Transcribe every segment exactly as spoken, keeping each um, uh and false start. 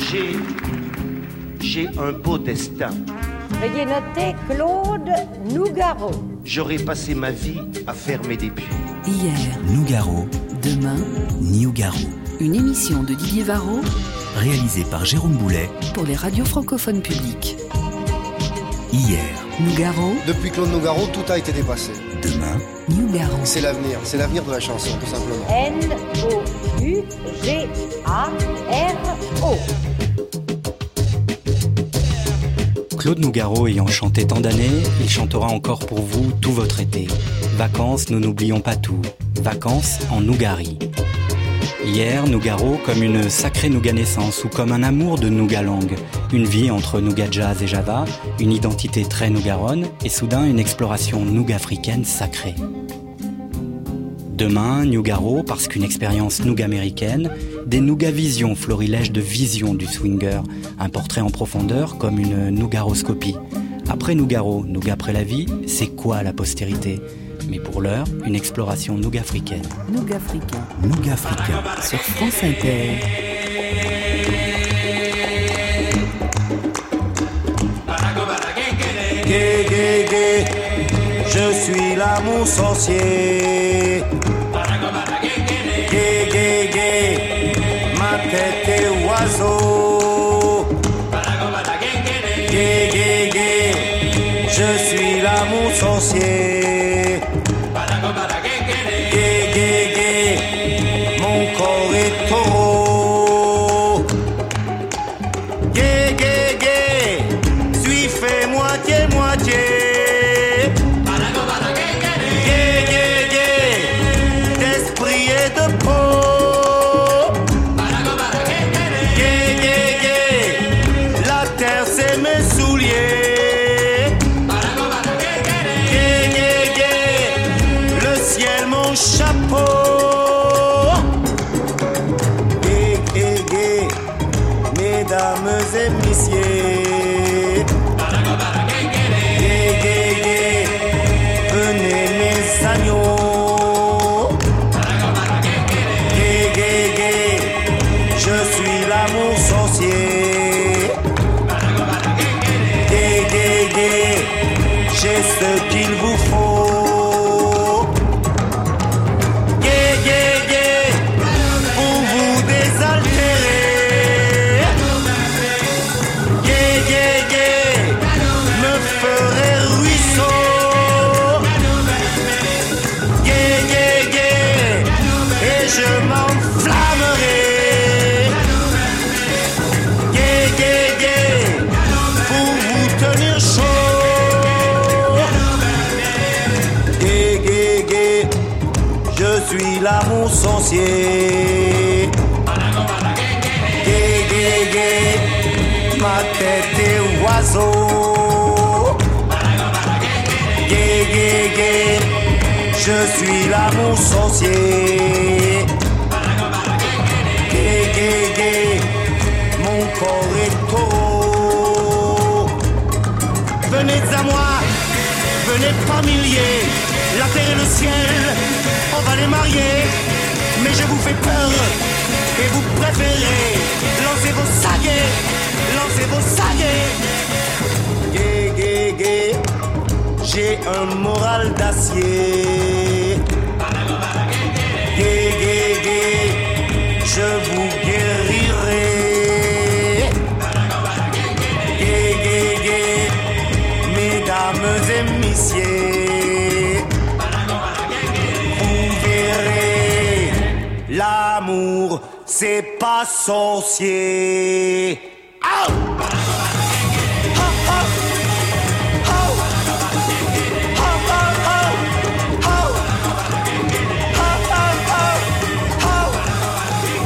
J'ai... j'ai un beau destin. Veuillez noter Claude Nougaro. J'aurais passé ma vie à fermer des puits. Hier, Nougaro. Demain, Nougaro. Une émission de Didier Varro, réalisée par Jérôme Boulet pour les radios francophones publiques. Hier, Nougaro. Depuis Claude Nougaro, tout a été dépassé. Demain, Nougaro. C'est l'avenir, c'est l'avenir de la chanson, tout simplement. N O U G A R O. Claude Nougaro ayant chanté tant d'années, il chantera encore pour vous tout votre été. Vacances, nous n'oublions pas tout. Vacances en Nougarie. Hier, Nougaro comme une sacrée nougat naissance ou comme un amour de nougat langue. Une vie entre nougat jazz et java, une identité très nougaronne et soudain une exploration nougat-africaine sacrée. Demain, Nougaro parce qu'une expérience nougat-américaine, des nougat-visions, florilèges de vision du swinger, un portrait en profondeur comme une nougaroscopie. Après Nougaro, nougat après la vie, c'est quoi la postérité ? Mais pour l'heure, une exploration nougat-africaine. Nougat-africain. Nougat-africain. Sur France Inter. Gay, gay, gay, je suis l'amour sorcier. Gay, gay, gay, ma tête est oiseau. Gay, gay, gay, je suis l'amour sorcier. Gay, gay, gay, mon corps est taureau. Gay, gay, gay, suis fait moitié, moitié. Gay, gay, gay, d'esprit et de peau. Gay, gay, gay, la terre c'est mes souliers. Gay, gay, gay, le ciel mon chapeau. Gay, gay, gay, mesdames et messieurs. Gay, gay, gay, venez mes agneaux. Gay, gay, gay, je suis l'amour sorcier. Gay, gay, gay, j'ai ce qu'il vous faut. Gay, gay, gay, pour vous désaltérer. Gay, gay, gay, me ferait ruisseau. Gay, gay, gay, et je m'enflammerai. Gay, gay, gay, pour vous tenir chaud. Gay, gay, gay, je suis l'amour sorcier. Gay, gay, gay, ma tête est oiseau. Gay, gay, gay, je suis l'amour sorcier. Gay, gay, gay, mon corps est taureau. Venez à moi, venez par milliers, la terre et le ciel, on va les marier. Mais je vous fais peur, et vous préférez lancer vos saguets, lancer vos saguets. Gay, gay, gay, j'ai un moral d'acier. Gay, gay, gay, je vous guérirai. Gay, gay, gay, mesdames et messieurs, vous verrez, l'amour c'est pas sorcier. Oh!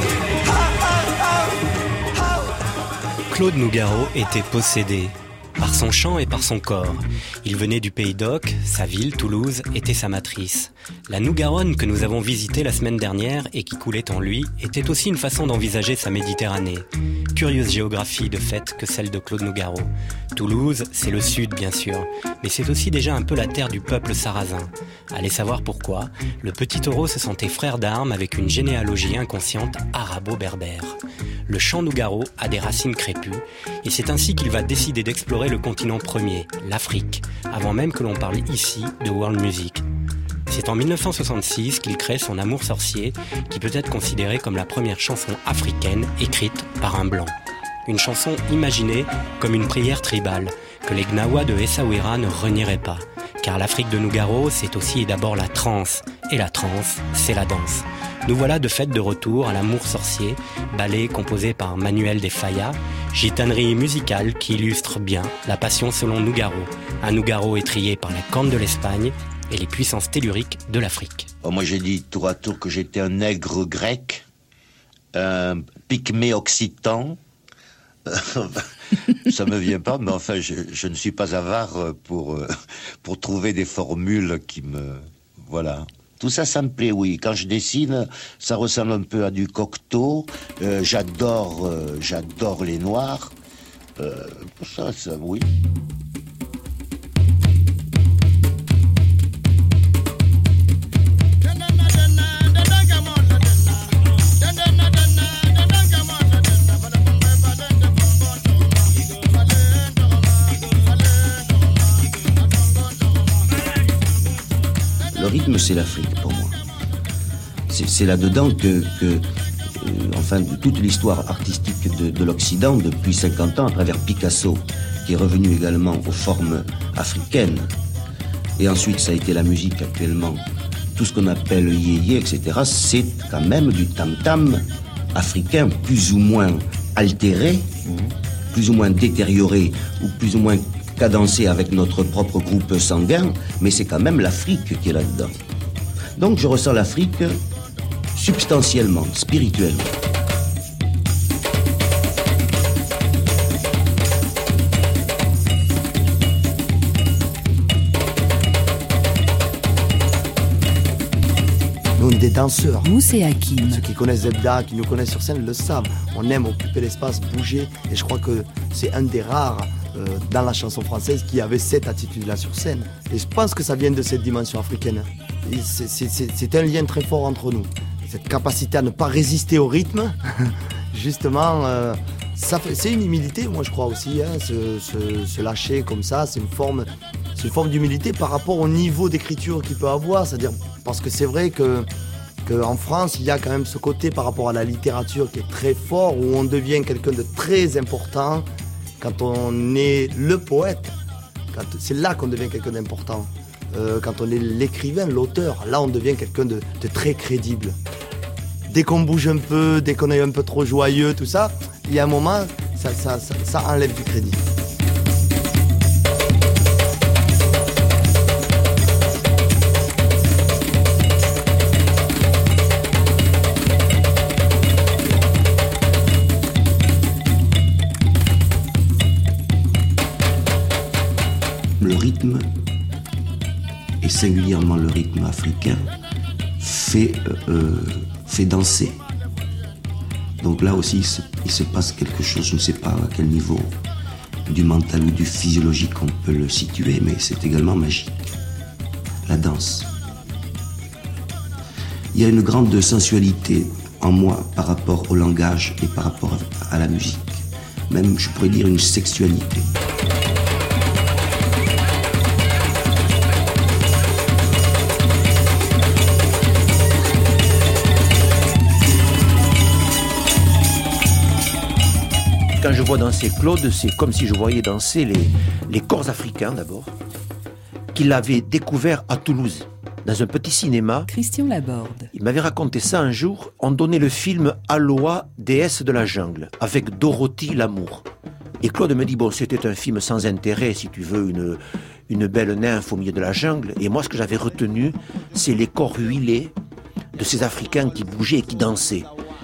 Claude Nougaro était possédé par par son chant et par son corps. Il venait du Pays d'Oc, sa ville, Toulouse, était sa matrice. La Nougaronne que nous avons visitée la semaine dernière et qui coulait en lui était aussi une façon d'envisager sa Méditerranée. Curieuse géographie de fait que celle de Claude Nougaro. Toulouse, c'est le sud bien sûr, mais c'est aussi déjà un peu la terre du peuple sarrasin. Allez savoir pourquoi, le petit taureau se sentait frère d'armes avec une généalogie inconsciente arabo-berbère. Le chant Nougaro a des racines crépues, et c'est ainsi qu'il va décider d'explorer le continent premier, l'Afrique, avant même que l'on parle ici de world music. C'est en dix-neuf cent soixante-six qu'il crée son Amour sorcier, qui peut être considérée comme la première chanson africaine écrite par un blanc. Une chanson imaginée comme une prière tribale, que les Gnawa de Essaouira ne renieraient pas. Car l'Afrique de Nougaro, c'est aussi et d'abord la transe, et la transe, c'est la danse. Nous voilà de fait de retour à l'Amour sorcier, ballet composé par Manuel de Falla, gitanerie musicale qui illustre bien la passion selon Nougaro, un Nougaro étrillé par la corne de l'Espagne et les puissances telluriques de l'Afrique. Oh, moi j'ai dit tour à tour que j'étais un nègre grec, un pygmée occitan. Ça me vient pas, mais enfin je, je ne suis pas avare pour, pour trouver des formules qui me... Voilà. Tout ça, ça me plaît, oui. Quand je dessine, ça ressemble un peu à du Cocteau. Euh, j'adore, euh, j'adore les noirs. Euh, ça, ça, oui. Le rythme, c'est l'Afrique pour moi. C'est, c'est là-dedans que, que euh, enfin, toute l'histoire artistique de, de l'Occident depuis cinquante ans, à travers Picasso, qui est revenu également aux formes africaines. Et ensuite, ça a été la musique actuellement. Tout ce qu'on appelle le yéyé, et cetera, c'est quand même du tam-tam africain, plus ou moins altéré, mmh. plus ou moins détérioré, ou plus ou moins cadencé avec notre propre groupe sanguin, mais c'est quand même l'Afrique qui est là-dedans. Donc je ressens l'Afrique substantiellement, spirituellement. Nous, des danseurs. Moussé Hakim. Ceux qui connaissent Zebda, qui nous connaissent sur scène, le savent. On aime occuper l'espace, bouger, et je crois que c'est un des rares Euh, dans la chanson française qui avait cette attitude-là sur scène. Et je pense que ça vient de cette dimension africaine. Et c'est, c'est, c'est, c'est un lien très fort entre nous. Cette capacité à ne pas résister au rythme, justement, euh, ça fait, c'est une humilité, moi je crois aussi, hein, se, se, se lâcher comme ça, c'est une forme, c'est une forme d'humilité par rapport au niveau d'écriture qu'il peut avoir. C'est-à-dire, parce que c'est vrai que qu'en France, il y a quand même ce côté par rapport à la littérature qui est très fort, où on devient quelqu'un de très important. Quand on est le poète, quand, c'est là qu'on devient quelqu'un d'important. Euh, quand on est l'écrivain, l'auteur, là on devient quelqu'un de, de très crédible. Dès qu'on bouge un peu, dès qu'on est un peu trop joyeux, tout ça, il y a un moment, ça, ça, ça, ça enlève du crédit. Le rythme, et singulièrement le rythme africain, fait, euh, fait danser. Donc là aussi, il se, il se passe quelque chose, je ne sais pas à quel niveau du mental ou du physiologique on peut le situer, mais c'est également magique. La danse. Il y a une grande sensualité en moi par rapport au langage et par rapport à la musique. Même, je pourrais dire, une sexualité. Quand je vois danser Claude, c'est comme si je voyais danser les, les corps africains d'abord, qu'il avait découvert à Toulouse, dans un petit cinéma. Christian Laborde. Il m'avait raconté ça un jour. On donnait le film Aloha, déesse de la jungle, avec Dorothy Lamour. Et Claude me dit, bon, c'était un film sans intérêt, si tu veux, une, une belle nymphe au milieu de la jungle. Et moi, ce que j'avais retenu, c'est les corps huilés de ces Africains qui bougeaient et qui dansaient.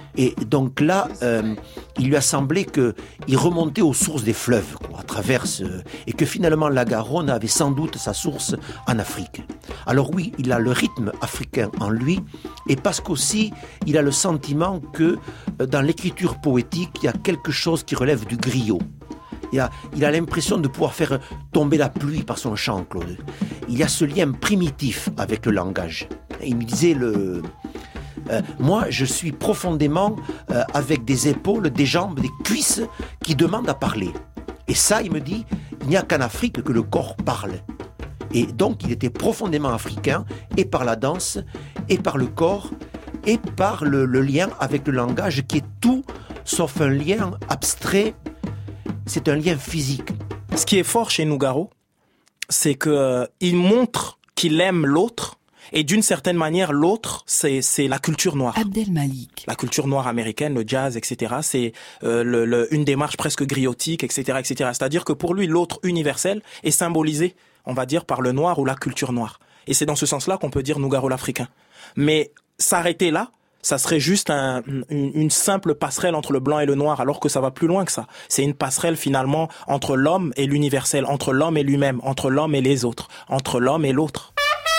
Et donc là, euh, il lui a semblé qu'il remontait aux sources des fleuves, quoi, à travers ce, et que finalement la Garonne avait sans doute sa source en Afrique. Alors oui, il a le rythme africain en lui, et parce qu'aussi, il a le sentiment que euh, dans l'écriture poétique, il y a quelque chose qui relève du griot. Il a, il a l'impression de pouvoir faire tomber la pluie par son chant, Claude. Il y a ce lien primitif avec le langage. Il me disait, le, euh, moi, je suis profondément euh, avec des épaules, des jambes, des cuisses qui demandent à parler. Et ça, il me dit, il n'y a qu'en Afrique que le corps parle. Et donc, il était profondément africain, et par la danse, et par le corps, et par le, le lien avec le langage, qui est tout sauf un lien abstrait. C'est un lien physique. Ce qui est fort chez Nougaro, c'est que euh, il montre qu'il aime l'autre, et d'une certaine manière, l'autre, c'est c'est la culture noire. Abdel Malik. La culture noire américaine, le jazz, et cetera. C'est euh, le, le, une démarche presque griotique, et cetera, et cetera. C'est-à-dire que pour lui, l'autre universel est symbolisé, on va dire, par le noir ou la culture noire. Et c'est dans ce sens-là qu'on peut dire Nougaro l'Africain. Mais s'arrêter là, ça serait juste un, une, une simple passerelle entre le blanc et le noir, alors que ça va plus loin que ça. C'est une passerelle finalement entre l'homme et l'universel, entre l'homme et lui-même, entre l'homme et les autres, entre l'homme et l'autre.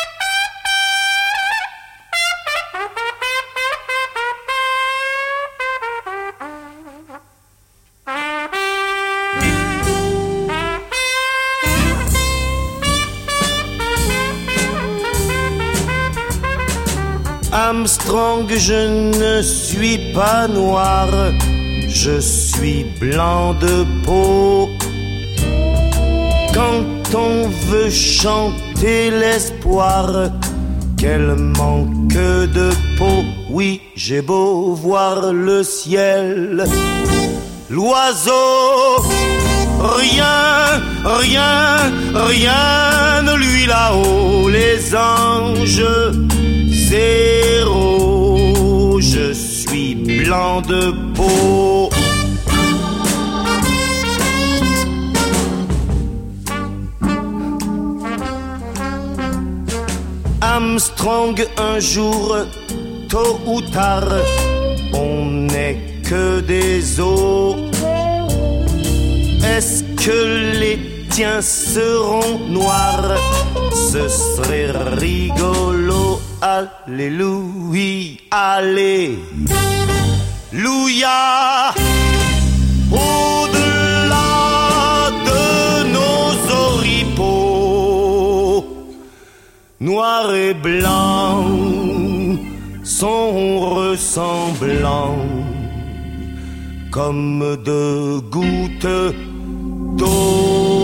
Armstrong, je ne suis pas noir, je suis blanc de peau. Quand on veut chanter l'espoir, quel manque de peau. Oui, j'ai beau voir le ciel, l'oiseau, rien, rien, rien ne lui là-haut. Les anges, zéro, je suis blanc de peau. Armstrong, un jour, tôt ou tard, on n'est que des os. Est-ce que les tiens seront noirs? Ce serait rigolo. Alléluia, alléluia. Au-delà de nos oripeaux, noir et blanc sont ressemblants comme deux gouttes d'eau.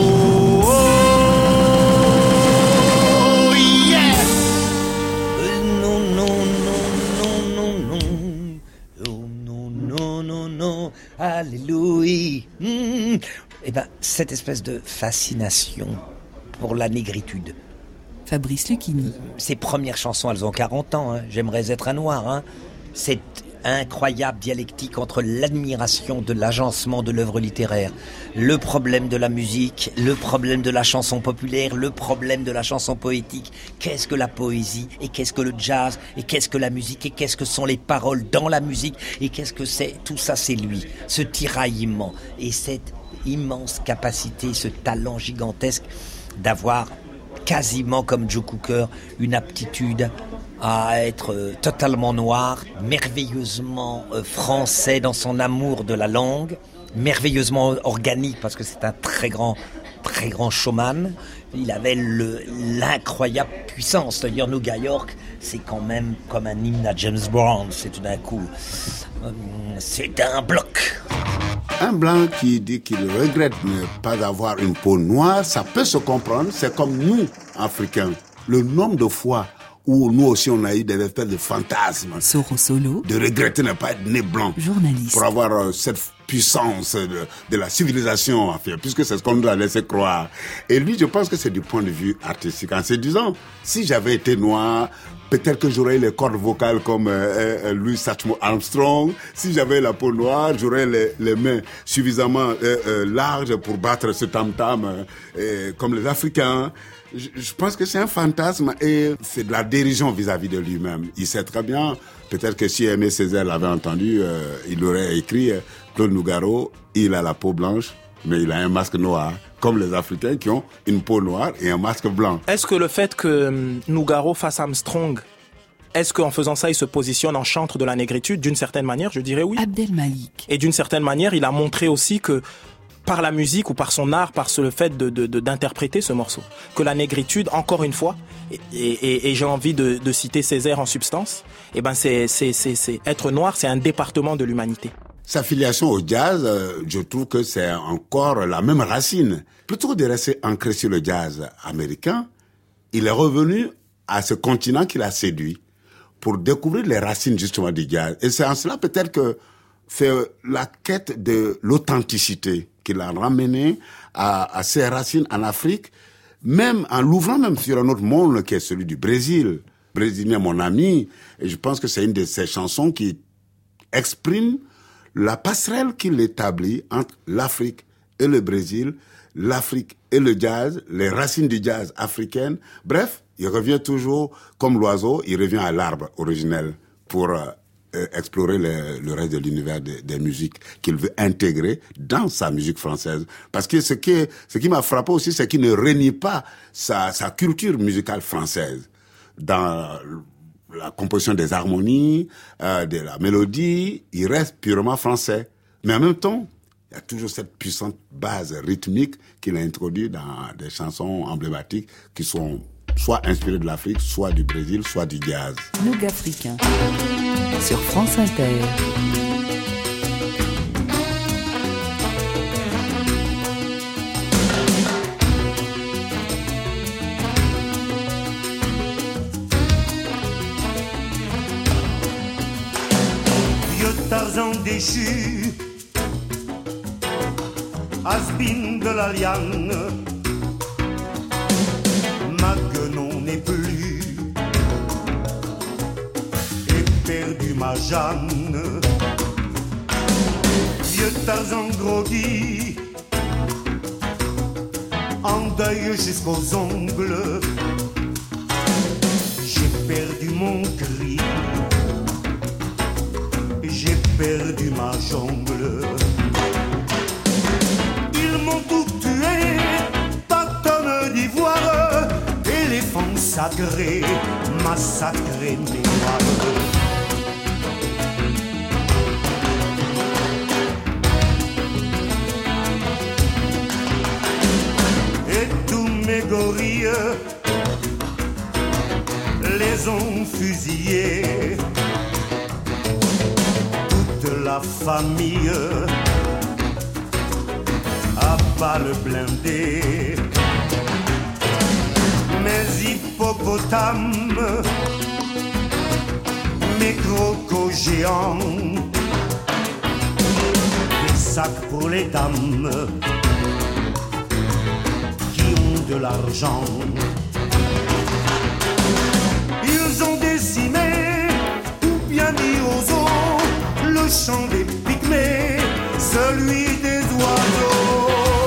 Alléluia. Mmh. Eh ben, cette espèce de fascination pour la négritude. Fabrice Lucchini. Ces premières chansons, elles ont quarante ans. Hein. J'aimerais être un noir. Hein. Cette incroyable dialectique entre l'admiration de l'agencement de l'œuvre littéraire, le problème de la musique, le problème de la chanson populaire, le problème de la chanson poétique. Qu'est-ce que la poésie et qu'est-ce que le jazz et qu'est-ce que la musique et qu'est-ce que sont les paroles dans la musique et qu'est-ce que c'est? Tout ça, c'est lui. Ce tiraillement et cette immense capacité, ce talent gigantesque d'avoir quasiment comme Joe Cooker une aptitude à être euh, totalement noir, merveilleusement euh, français dans son amour de la langue, merveilleusement organique parce que c'est un très grand, très grand showman. Il avait le, l'incroyable puissance. C'est-à-dire, New York, c'est quand même comme un hymne à James Brown. C'est tout d'un coup, euh, c'est un bloc. Un blanc qui dit qu'il regrette ne pas avoir une peau noire, ça peut se comprendre. C'est comme nous, Africains. Le nombre de fois où nous aussi on a eu des espèces de fantasmes. Soro Solo. De regretter ne pas être né blanc. Journaliste. Pour avoir euh, cette puissance de, de la civilisation, enfin, puisque c'est ce qu'on nous a laissé croire. Et lui, je pense que c'est du point de vue artistique, en se disant, si j'avais été noir, peut-être que j'aurais les cordes vocales comme euh, euh, Louis Satchmo Armstrong. Si j'avais la peau noire, j'aurais les, les mains suffisamment euh, euh, larges pour battre ce tam-tam euh, euh, comme les Africains. Je, je pense que c'est un fantasme et c'est de la dérision vis-à-vis de lui-même. Il sait très bien, peut-être que si Aimé Césaire l'avait entendu, euh, il aurait écrit euh, Claude Nougaro, il a la peau blanche, mais il a un masque noir, comme les Africains qui ont une peau noire et un masque blanc. Est-ce que le fait que Nougaro fasse Armstrong, est-ce qu'en faisant ça, il se positionne en chantre de la négritude? D'une certaine manière, je dirais oui. Abdelmalik. Et d'une certaine manière, il a montré aussi que par la musique ou par son art, par le fait de, de, de, d'interpréter ce morceau, que la négritude, encore une fois, et, et, et j'ai envie de, de citer Césaire en substance, eh ben c'est, c'est, c'est, c'est être noir, c'est un département de l'humanité. Sa filiation au jazz, euh, je trouve que c'est encore la même racine. Plutôt que de rester ancré sur le jazz américain, il est revenu à ce continent qu'il a séduit pour découvrir les racines justement du jazz. Et c'est en cela peut-être que c'est la quête de l'authenticité qui l'a ramené à, à ses racines en Afrique, même en l'ouvrant même sur un autre monde qui est celui du Brésil. Brésilien, mon ami, et je pense que c'est une de ces chansons qui exprime la passerelle qu'il établit entre l'Afrique et le Brésil, l'Afrique et le jazz, les racines du jazz africaines. Bref, il revient toujours, comme l'oiseau, il revient à l'arbre originel pour euh, explorer le, le reste de l'univers des, des musiques qu'il veut intégrer dans sa musique française. Parce que ce qui, ce qui m'a frappé aussi, c'est qu'il ne renie pas sa, sa culture musicale française dans la composition des harmonies, euh, de la mélodie. Il reste purement français. Mais en même temps, il y a toujours cette puissante base rythmique qu'il a introduite dans des chansons emblématiques qui sont soit inspirées de l'Afrique, soit du Brésil, soit du jazz. Noug africain sur France Inter. Vieux Tarzan déchu, has-been de la liane, ma guenon n'est plus, et perdu ma Jeanne. Vieux Tarzan groggy, en deuil jusqu'aux ongles, j'ai perdu mon cri, j'ai perdu ma jongle. Ils m'ont tout tué, par tonnes d'ivoire, éléphant sacré, massacré mémoire. Et tous mes gorilles les ont fusillés, toute la famille à balles blindées. Mes hippopotames, mes crocos géants, des sacs pour les dames qui ont de l'argent. Ils ont décimé ou bien mis aux eaux le chant des pygmées, celui des oiseaux.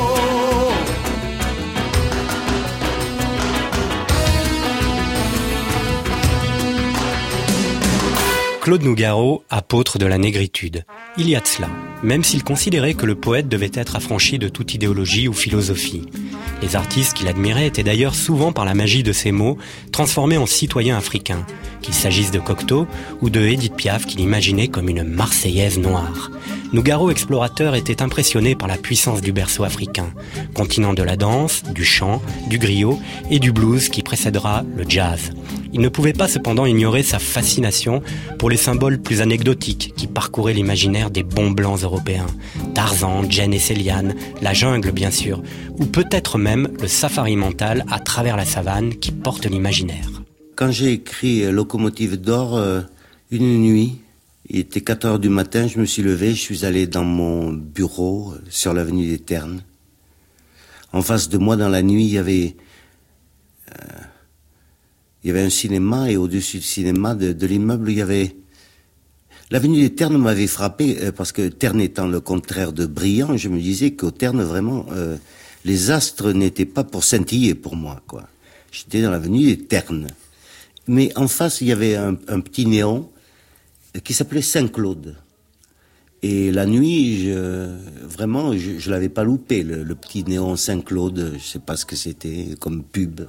Claude Nougaro, apôtre de la négritude. Il y a de cela, même s'il considérait que le poète devait être affranchi de toute idéologie ou philosophie. Les artistes qu'il admirait étaient d'ailleurs souvent, par la magie de ses mots, transformés en citoyens africains, qu'il s'agisse de Cocteau ou de Édith Piaf qu'il imaginait comme une Marseillaise noire. Nougaro, explorateur, était impressionné par la puissance du berceau africain, continent de la danse, du chant, du griot et du blues qui précédera le jazz. Il ne pouvait pas cependant ignorer sa fascination pour les symboles plus anecdotiques qui parcouraient l'imaginaire des bons blancs européens. Tarzan, Jane et Céliane, la jungle bien sûr, ou peut-être même le safari mental à travers la savane qui porte l'imaginaire. Quand j'ai écrit Locomotive d'or, euh, une nuit, Il était quatre heures du matin, je me suis levé, je suis allé dans mon bureau sur l'avenue des Ternes. En face de moi, dans la nuit, il y avait, euh, il y avait un cinéma, et au-dessus du cinéma, de, de l'immeuble, il y avait... L'avenue des Ternes m'avait frappé, euh, parce que Ternes étant le contraire de brillant, je me disais qu'au Ternes, vraiment, euh, les astres n'étaient pas pour scintiller pour moi, quoi. J'étais dans l'avenue des Ternes. Mais en face, il y avait un, un petit néon qui s'appelait Saint-Claude. Et la nuit, je, vraiment, je, je l'avais pas loupé, le, le petit néon Saint-Claude, je sais pas ce que c'était, comme pub.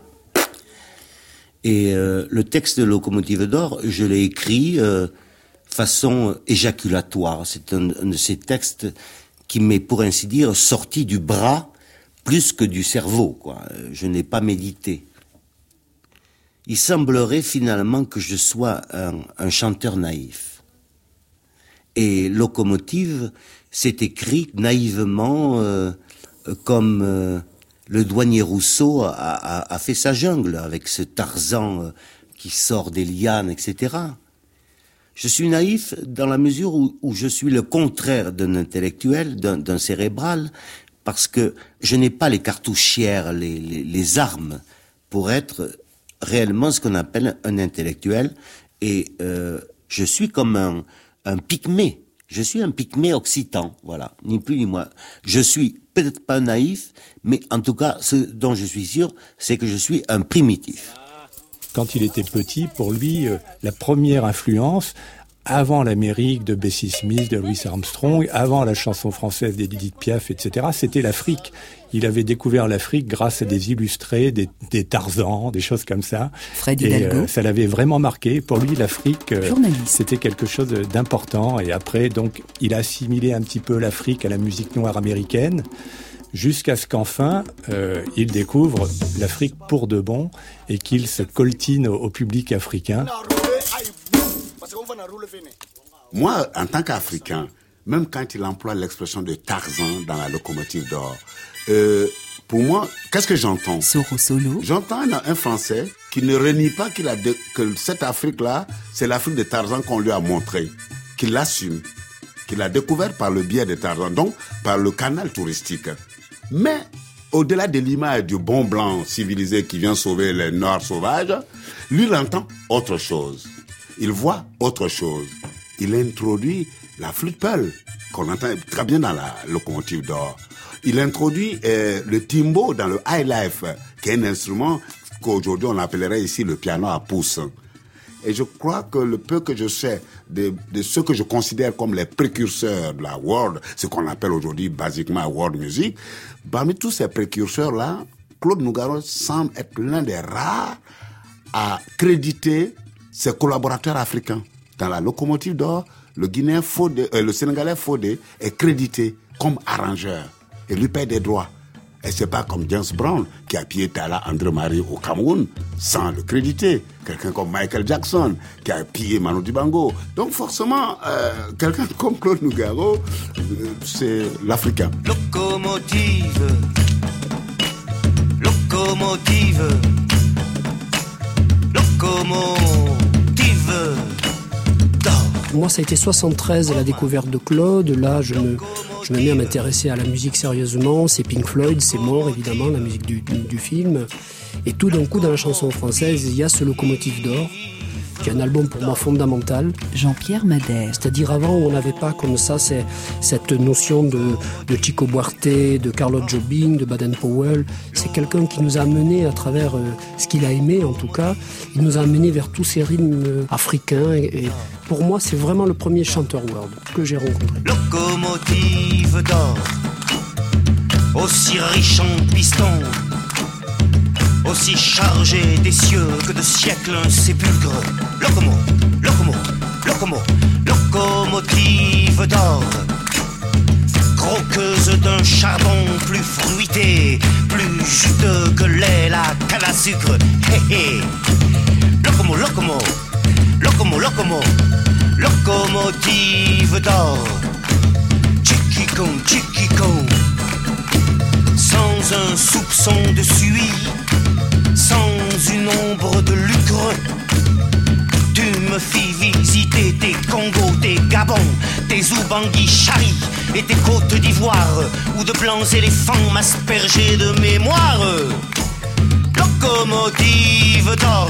Et euh, le texte de Locomotive d'or, je l'ai écrit euh, façon éjaculatoire. C'est un, un de ces textes qui m'est, pour ainsi dire, sorti du bras plus que du cerveau, quoi. Je n'ai pas médité. Il semblerait finalement que je sois un, un chanteur naïf. Et Locomotive s'est écrit naïvement euh, comme euh, le douanier Rousseau a, a, a fait sa jungle avec ce Tarzan euh, qui sort des lianes, et cetera. Je suis naïf dans la mesure où, où je suis le contraire d'un intellectuel, d'un, d'un cérébral, parce que je n'ai pas les cartouchières, les, les, les armes pour être réellement ce qu'on appelle un intellectuel, et euh, je suis comme un, un pygmée. Je suis un pygmée occitan, voilà, ni plus ni moins. Je suis peut-être pas naïf, mais en tout cas, ce dont je suis sûr, c'est que je suis un primitif. Quand il était petit, pour lui, euh, la première influence, avant l'Amérique de Bessie Smith, de Louis Armstrong, avant la chanson française d'Edith Piaf, et cetera, c'était l'Afrique. Il avait découvert l'Afrique grâce à des illustrés, des, des Tarzans, des choses comme ça. Fred et Hidalgo. euh, ça l'avait vraiment marqué. Pour lui, l'Afrique, euh, c'était quelque chose d'important. Et après, donc, il a assimilé un petit peu l'Afrique à la musique noire américaine, jusqu'à ce qu'enfin, euh, il découvre l'Afrique pour de bon et qu'il se coltine au, au public africain. Moi, en tant qu'Africain, même quand il emploie l'expression de Tarzan dans la Locomotive d'or, euh, pour moi, qu'est-ce que j'entends? Soro Solo. J'entends un, un Français qui ne renie pas qu'il a de, que cette Afrique-là, c'est l'Afrique de Tarzan qu'on lui a montré, qu'il l'assume, qu'il a découvert par le biais de Tarzan, donc par le canal touristique. Mais au-delà de l'image du bon blanc civilisé qui vient sauver les Noirs sauvages, lui, il entend autre chose. Il voit autre chose. Il introduit la flûte Peul, qu'on entend très bien dans la Locomotive d'or. Il introduit euh, le timbo dans le high life, qui est un instrument qu'aujourd'hui on appellerait ici le piano à pouce. Et je crois que le peu que je sais de, de ce que je considère comme les précurseurs de la world, ce qu'on appelle aujourd'hui basiquement world music, parmi tous ces précurseurs-là, Claude Nougaro semble être l'un des rares à créditer ses collaborateurs africains. Dans la Locomotive d'or, le Guinéen Fodé, euh, le Sénégalais Fodé est crédité comme arrangeur et lui paie des droits. Et c'est pas comme James Brown qui a pillé Tala André Marie au Cameroun sans le créditer. Quelqu'un comme Michael Jackson qui a pillé Manu Dibango. Donc forcément, euh, quelqu'un comme Claude Nougaro, euh, c'est l'Africain. Locomotive, locomotive, locomotive d'or. Moi, ça a été soixante-treize, la découverte de Claude. Là, je me, je me mets à m'intéresser à la musique sérieusement. C'est Pink Floyd, c'est Mort, évidemment, la musique du, du, du film. Et tout d'un coup, dans la chanson française, il y a ce Locomotive d'or, qui est un album pour moi fondamental. Jean-Pierre Madère. C'est-à-dire avant, on n'avait pas comme ça c'est, cette notion de, de Chico Buarque, de Carlos Jobim, de Baden-Powell. C'est quelqu'un qui nous a amenés à travers euh, ce qu'il a aimé, en tout cas. Il nous a amenés vers tous ces rythmes euh, africains. Et, et pour moi, c'est vraiment le premier chanteur world que j'ai rencontré. Locomotive d'or, aussi riche en pistons, aussi chargé des cieux que de siècles un sépulcre. Locomo, locomo, locomo, locomotive d'or, croqueuse d'un charbon plus fruité, plus juteux que lait, la canne à sucre. Hé hé, locomo, locomo, locomo, locomo, locomotive d'or, tchikikon, tchikikon, sans un soupçon de suie, sans une ombre de lucre, tu me fit visiter tes Congo, tes Gabon, tes Oubangui, Chari et tes côtes d'Ivoire, où de blancs éléphants m'aspergeaient de mémoire. Locomotive d'or.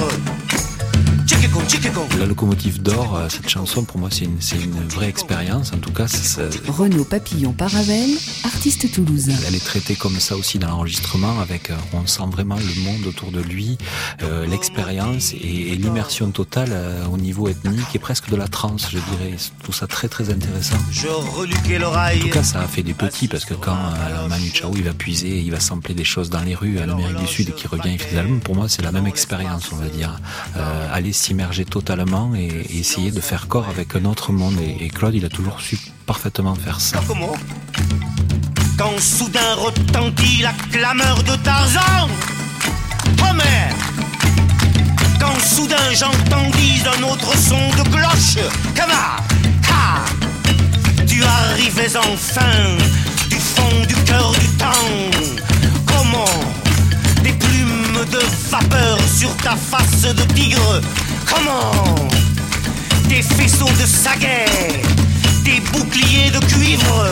La locomotive d'or, cette chanson pour moi c'est une, c'est une vraie expérience. En tout cas, c'est, c'est... Renaud Papillon-Paravel, artiste toulousain. Elle est traitée comme ça aussi dans l'enregistrement, avec on sent vraiment le monde autour de lui, euh, l'expérience et, et l'immersion totale euh, au niveau ethnique et presque de la trance, je dirais. Tout ça très très intéressant. Je reluquais l'oreille. En tout cas, ça a fait des petits parce que quand euh, Manu Chao il va puiser, il va sampler des choses dans les rues à l'Amérique du Sud et qui revient, il fait des albums. Pour moi, c'est la même expérience, on va dire. Euh, aller s'immerger totalement et, et essayer de faire corps avec un autre monde. Et, et Claude, il a toujours su parfaitement faire ça. Quand soudain retentit la clameur de Tarzan, Homer. Quand soudain j'entendis un autre son de cloche, Kama, Ka. Tu arrivais enfin du fond du cœur du temps. Comment? Des plumes de vapeur sur ta face de tigre. Comment? Des faisceaux de saguet, des boucliers de cuivre,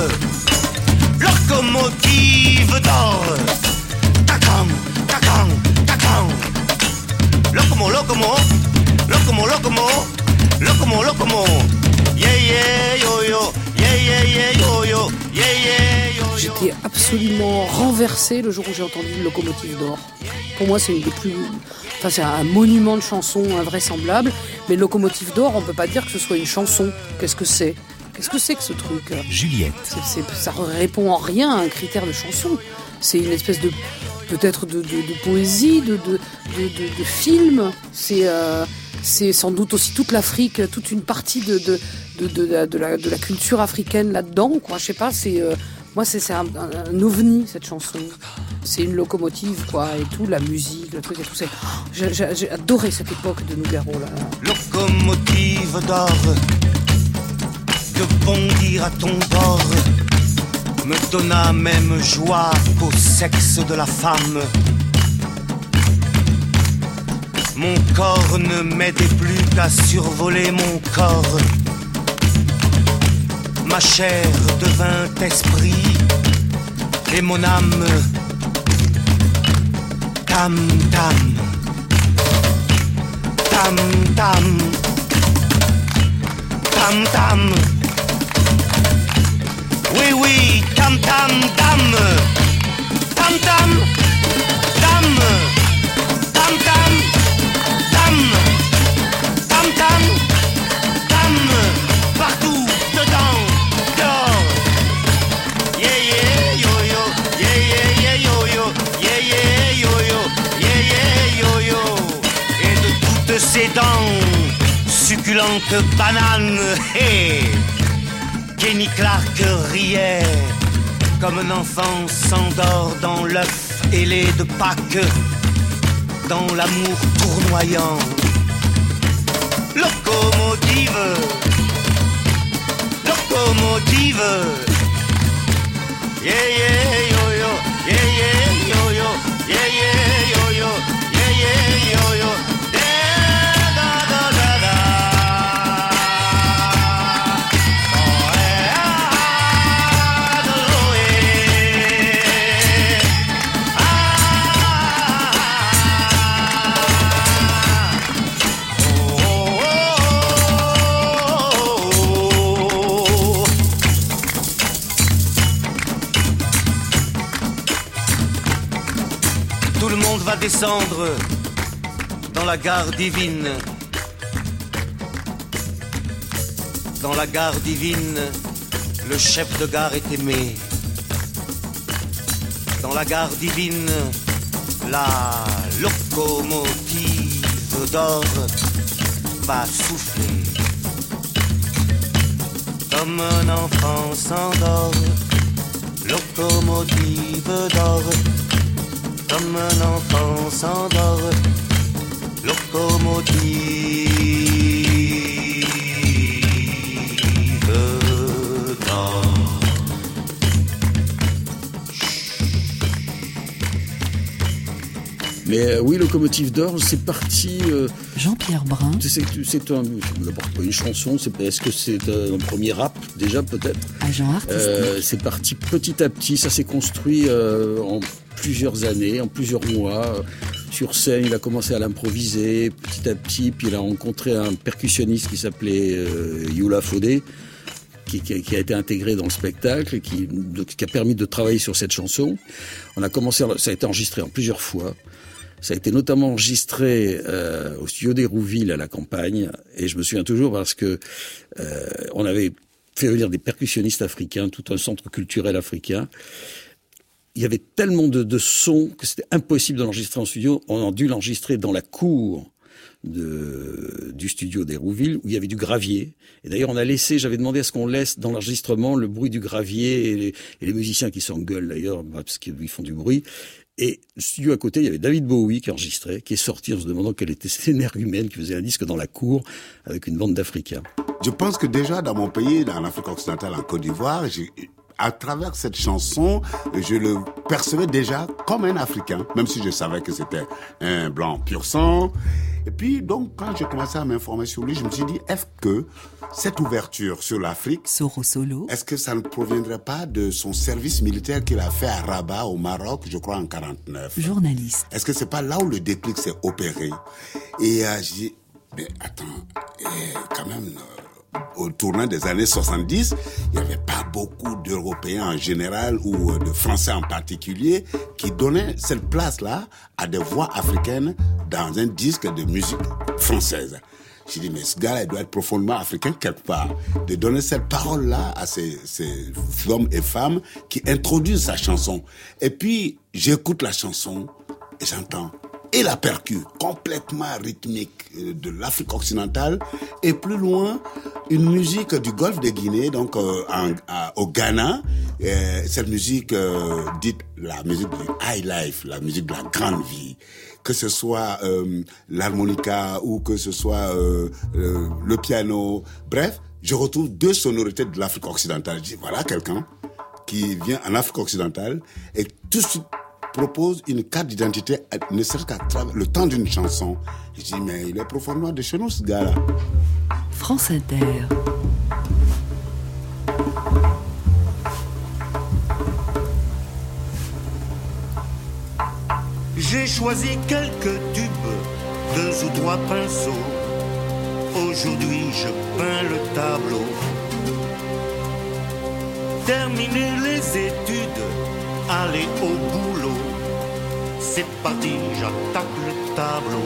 locomotive d'or. Takang, takang, takang. Locomo, locomo, locomo, locomo, locomo, locomo. Yeah, yeah, yo, yo, yeah, yeah, yeah, yo, yo, yeah, yeah, yo, yo. J'étais absolument renversé le jour où j'ai entendu le Locomotive d'or. Pour moi, c'est une des plus... Enfin, c'est un monument de chanson invraisemblable. Mais Locomotive d'or, on peut pas dire que ce soit une chanson. Qu'est-ce que c'est? Qu'est-ce que c'est que ce truc? Juliette. C'est, c'est, ça répond en rien à un critère de chanson. C'est une espèce de... peut-être de, de, de poésie, de, de, de, de, de film. C'est... Euh, c'est sans doute aussi toute l'Afrique, toute une partie de, de, de, de, de, la, de la culture africaine là-dedans, quoi. Je sais pas, c'est... Euh, moi, c'est, c'est un, un, un ovni, cette chanson. C'est une locomotive, quoi, et tout, la musique, le truc et tout. C'est... J'ai, j'ai, j'ai adoré cette époque de Nougaro, là. Locomotive d'or, de bondir à ton bord, me donna même joie qu'au sexe de la femme. Mon corps ne m'aidait plus qu'à survoler mon corps. Ma chair devint esprit et mon âme tam tam tam tam tam tam. Oui oui tam tam tam tam tam tam tam tam. Tam, tam, tam, partout, dedans, dehors. Yeah, yeah, yo, yo, yeah, yeah, yeah, yo, yo, yeah, yeah, yo, yo, yeah, yeah, yo, yo. Et de toutes ces dents, succulentes bananes, hey, Kenny Clark riait comme un enfant s'endort dans l'œuf ailé de Pâques, dans l'amour tournoyant. Locomotive, locomotive, yeah yeah yo yo, yeah yeah yo yo, yeah yeah yo yo, yeah yeah yo yo, da da da da da. Oh yeah, oh yeah, va descendre dans la gare divine. Dans la gare divine, le chef de gare est aimé. Dans la gare divine, la locomotive d'or va souffler. Comme un enfant s'endort, locomotive d'or. Comme un enfant s'endort, locomotive d'or. Mais euh, oui, Locomotive d'Or, c'est parti... Euh, Jean-Pierre Brun. C'est, c'est un, d'abord pas une chanson, c'est, est-ce que c'est un, un premier rap, déjà, peut-être? Agent artistique. Euh, c'est parti petit à petit, ça s'est construit euh, en plusieurs années, en plusieurs mois. Sur scène, il a commencé à l'improviser petit à petit, puis il a rencontré un percussionniste qui s'appelait euh, Youla Fodé, qui, qui, qui a été intégré dans le spectacle, qui, de, qui a permis de travailler sur cette chanson. On a commencé, ça a été enregistré en plusieurs fois. Ça a été notamment enregistré euh, au studio d'Hérouville à la campagne, et je me souviens toujours parce que euh, on avait fait venir des percussionnistes africains, tout un centre culturel africain. Il y avait tellement de, de sons que c'était impossible de l'enregistrer en studio. On a dû l'enregistrer dans la cour de, du studio d'Hérouville, où il y avait du gravier. Et d'ailleurs, on a laissé, j'avais demandé à ce qu'on laisse dans l'enregistrement le bruit du gravier et les, et les musiciens qui s'engueulent d'ailleurs, parce qu'ils font du bruit. Et le studio à côté, il y avait David Bowie qui enregistrait, qui est sorti en se demandant quelle était cette énergumène qui faisait un disque dans la cour avec une bande d'Africains. Je pense que déjà dans mon pays, dans l'Afrique occidentale, en Côte d'Ivoire, j'ai... à travers cette chanson, je le percevais déjà comme un Africain, même si je savais que c'était un blanc pur sang. Et puis, donc, quand j'ai commencé à m'informer sur lui, je me suis dit, est-ce que cette ouverture sur l'Afrique, Soro Solo, est-ce que ça ne proviendrait pas de son service militaire qu'il a fait à Rabat, au Maroc, je crois en quarante-neuf? Journaliste. Est-ce que c'est pas là où le déclic s'est opéré? Et euh, j'ai dit, mais attends, et quand même... Euh, au tournant des années soixante-dix, il n'y avait pas beaucoup d'Européens en général ou de Français en particulier qui donnaient cette place-là à des voix africaines dans un disque de musique française. J'ai dit, mais ce gars-là, il doit être profondément africain quelque part. De donner cette parole-là à ces, ces hommes et femmes qui introduisent sa chanson. Et puis, j'écoute la chanson et j'entends et la percu complètement rythmique de l'Afrique occidentale, et plus loin une musique du Golfe de Guinée, donc euh, en, à, au Ghana, euh, cette musique euh, dite la musique du high life, la musique de la grande vie, que ce soit euh, l'harmonica ou que ce soit euh, euh, le piano, bref, je retrouve deux sonorités de l'Afrique occidentale. Je dis, voilà quelqu'un qui vient en Afrique occidentale et tout de suite propose une carte d'identité, ne serait-ce qu'à travers le temps d'une chanson. Je dis, mais il est profondément de chez nous, ce gars-là. France Inter. J'ai choisi quelques tubes, deux ou trois pinceaux. Aujourd'hui, je peins le tableau. Terminer les études, aller au boulot. C'est parti, j'attaque le tableau.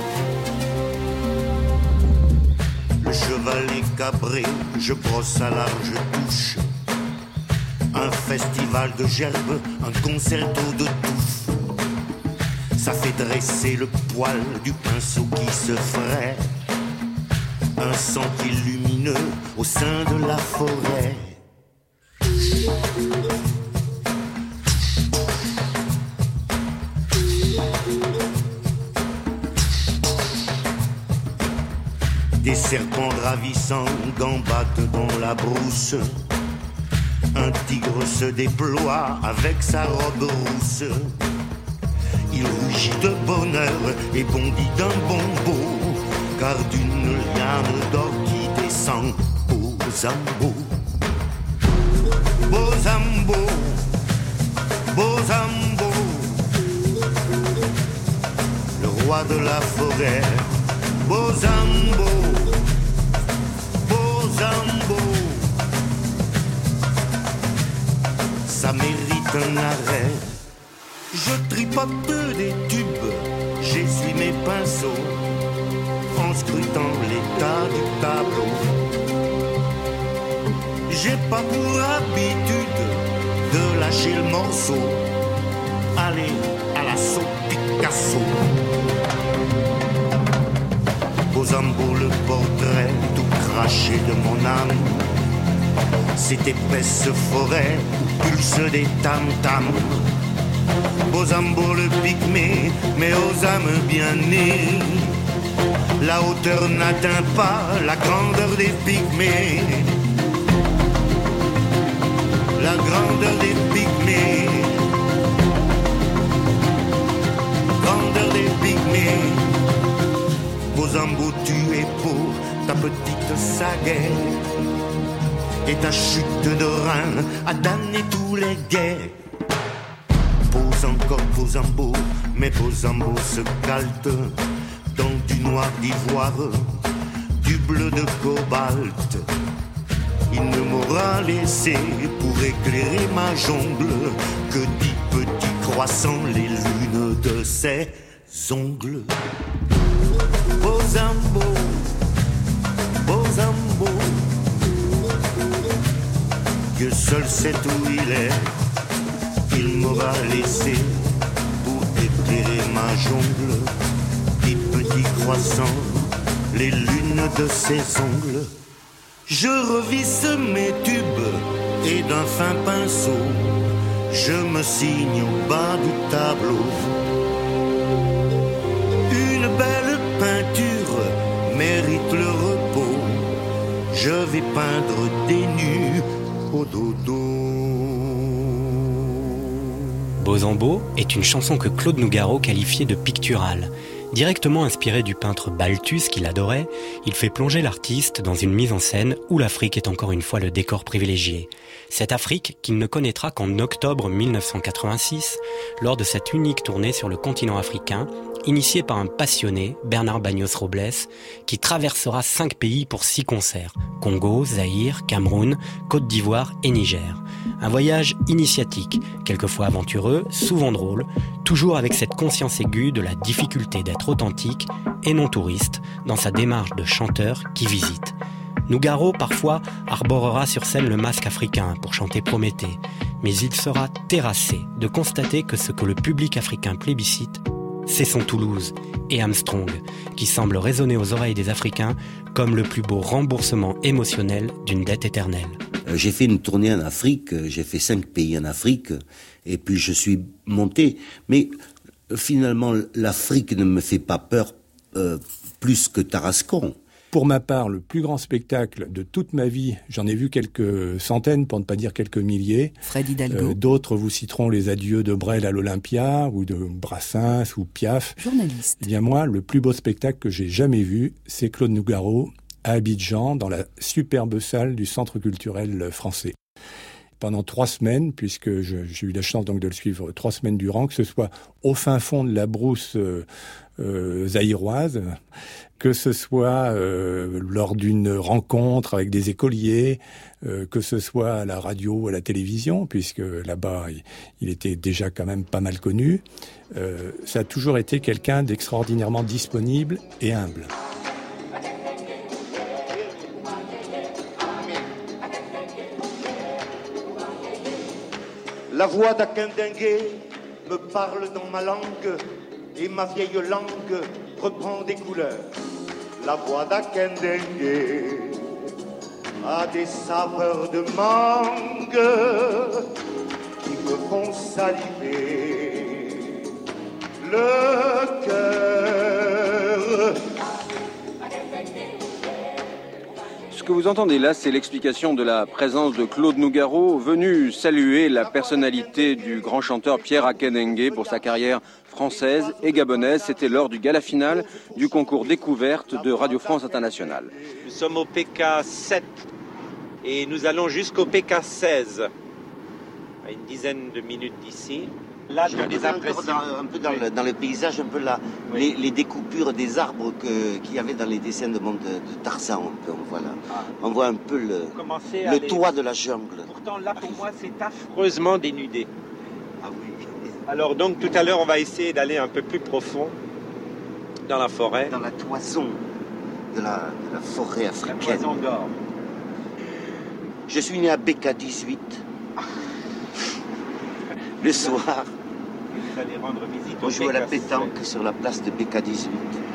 Le cheval est cabré, je brosse à large touche. Un festival de gerbes, un concerto de touffe. Ça fait dresser le poil du pinceau qui se fraie. Un sentier lumineux au sein de la forêt. Des serpents ravissants gambattent dans la brousse. Un tigre se déploie avec sa robe rousse. Il rugit de bonheur et bondit d'un bon bond, car d'une liane d'or qui descend au Zambo. Beau Zambo, beau Zambo, le roi de la forêt. Beau Zambo, beau Zambo, ça mérite un arrêt. Je tripote des tubes, j'essuie mes pinceaux, en scrutant l'état du tableau. J'ai pas pour habitude de lâcher le morceau, aller à l'assaut Picasso. Beau Zambo, le portrait tout craché de mon âme. Cette épaisse forêt où pulsent des tam-tams. Beau Zambo, le pygmée, mais aux âmes bien nées. La hauteur n'atteint pas la grandeur des pygmées. La grandeur des pygmées. Grandeur des pygmées. Bozambo, tu es pour ta petite sagaie et ta chute de rein a damné tous les gays. Pose encore Bozambo, mais Bozambo se calte dans du noir d'ivoire, du bleu de cobalt. Il ne m'aura laissé pour éclairer ma jungle que dix petits croissants, les lunes de ses ongles. Bozambo, Bozambo, Dieu seul sait où il est. Il m'aura laissé pour éclairer ma jungle, dix petits croissants, les lunes de ses ongles. Je revisse mes tubes et d'un fin pinceau, je me signe au bas du tableau. Une belle peinture mérite le repos. Je vais peindre des nus au dodo. Bozambo est une chanson que Claude Nougaro qualifiait de picturale. Directement inspiré du peintre Balthus qu'il adorait, il fait plonger l'artiste dans une mise en scène où l'Afrique est encore une fois le décor privilégié. Cette Afrique qu'il ne connaîtra qu'en octobre mille neuf cent quatre-vingt-six, lors de cette unique tournée sur le continent africain, initiée par un passionné, Bernard Bagnos-Robles, qui traversera cinq pays pour six concerts, Congo, Zaïre, Cameroun, Côte d'Ivoire et Niger. Un voyage initiatique, quelquefois aventureux, souvent drôle, toujours avec cette conscience aiguë de la difficulté d'être authentique et non touriste dans sa démarche de chanteur qui visite. Nougaro, parfois, arborera sur scène le masque africain pour chanter Prométhée, mais il sera terrassé de constater que ce que le public africain plébiscite, c'est son Toulouse et Armstrong, qui semble résonner aux oreilles des Africains comme le plus beau remboursement émotionnel d'une dette éternelle. J'ai fait une tournée en Afrique, j'ai fait cinq pays en Afrique, et puis je suis monté. Mais finalement, l'Afrique ne me fait pas peur euh, plus que Tarascon. Pour ma part, le plus grand spectacle de toute ma vie, j'en ai vu quelques centaines, pour ne pas dire quelques milliers. Fred Hidalgo. Euh, d'autres vous citeront les adieux de Brel à l'Olympia, ou de Brassens, ou Piaf. Journaliste. Eh bien moi, le plus beau spectacle que j'ai jamais vu, c'est Claude Nougaro, à Abidjan, dans la superbe salle du Centre culturel français. Pendant trois semaines, puisque je, j'ai eu la chance donc de le suivre trois semaines durant, que ce soit au fin fond de la brousse euh, euh, zaïroise, que ce soit euh, lors d'une rencontre avec des écoliers, euh, que ce soit à la radio ou à la télévision, puisque là-bas, il, il était déjà quand même pas mal connu. Euh, ça a toujours été quelqu'un d'extraordinairement disponible et humble. La voix d'Akindingue me parle dans ma langue et ma vieille langue reprend des couleurs. La voix d'Akindingue a des saveurs de mangue qui me font saliver le cœur. Ce que vous entendez là, c'est l'explication de la présence de Claude Nougaro, venu saluer la personnalité du grand chanteur Pierre Akindingue pour sa carrière française et gabonaise. C'était lors du gala final du concours découverte de Radio France Internationale. Nous sommes au P K sept et nous allons jusqu'au P K seize, à une dizaine de minutes d'ici. Là, je des impressions. Dans, un peu dans le, dans le paysage, un peu là, oui. les, les découpures des arbres que, qu'il y avait dans les dessins de, monde de, de Tarzan. On, peut, on, voit là. Ah. on voit un peu le, le les... toit de la jungle. Pourtant, là, pour moi, c'est affreusement dénudé. Ah oui. Alors, donc, tout à l'heure, on va essayer d'aller un peu plus profond dans la forêt. Dans la toison de la, de la forêt africaine. La toison d'or. Je suis né à B K dix-huit. Le soir, vous allez rendre visite on joue à la pétanque sur la place de B K dix-huit.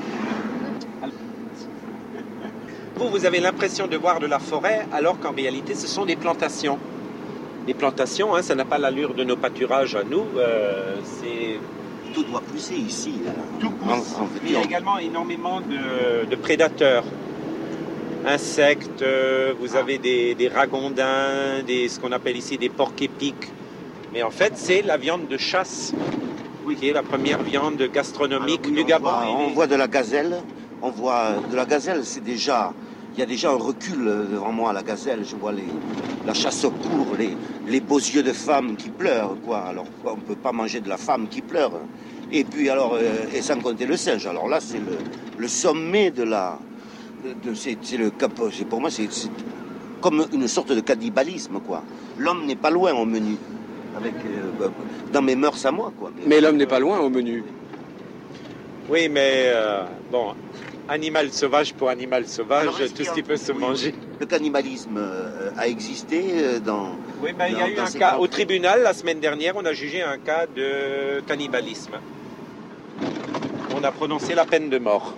Vous, vous avez l'impression de voir de la forêt, alors qu'en réalité, ce sont des plantations. Les plantations, hein, ça n'a pas l'allure de nos pâturages à nous. Euh, c'est... Tout doit pousser ici. Là. Tout pousse. En, en fait, Il y a également énormément de, de prédateurs. Insectes, euh, vous ah. avez des, des ragondins, des, ce qu'on appelle ici des porcs-épics. Mais en fait, c'est la viande de chasse, oui. qui est la première viande gastronomique Alors, oui, du on Gabon. Voit, on voit de la gazelle, on voit de la gazelle, c'est déjà, il y a déjà un recul devant moi, la gazelle, je vois les, la chasse au court, les, les beaux yeux de femmes qui pleurent, quoi. Alors, on ne peut pas manger de la femme qui pleure. Et puis, alors, euh, et sans compter le singe. Alors là, c'est le, le sommet de la, de, de, c'est, c'est le cap, c'est, pour moi, c'est, c'est comme une sorte de cannibalisme, quoi. L'homme n'est pas loin au menu, avec, euh, dans mes mœurs à moi, quoi. Mais, mais l'homme n'est pas loin au menu. Oui, mais euh, bon, animal sauvage pour animal sauvage, Alors, tout ce qui peut se manger. Le cannibalisme euh, a existé euh, dans... Oui, mais il y a eu un cas. Camps. Au tribunal, la semaine dernière, on a jugé un cas de cannibalisme. On a prononcé la peine de mort.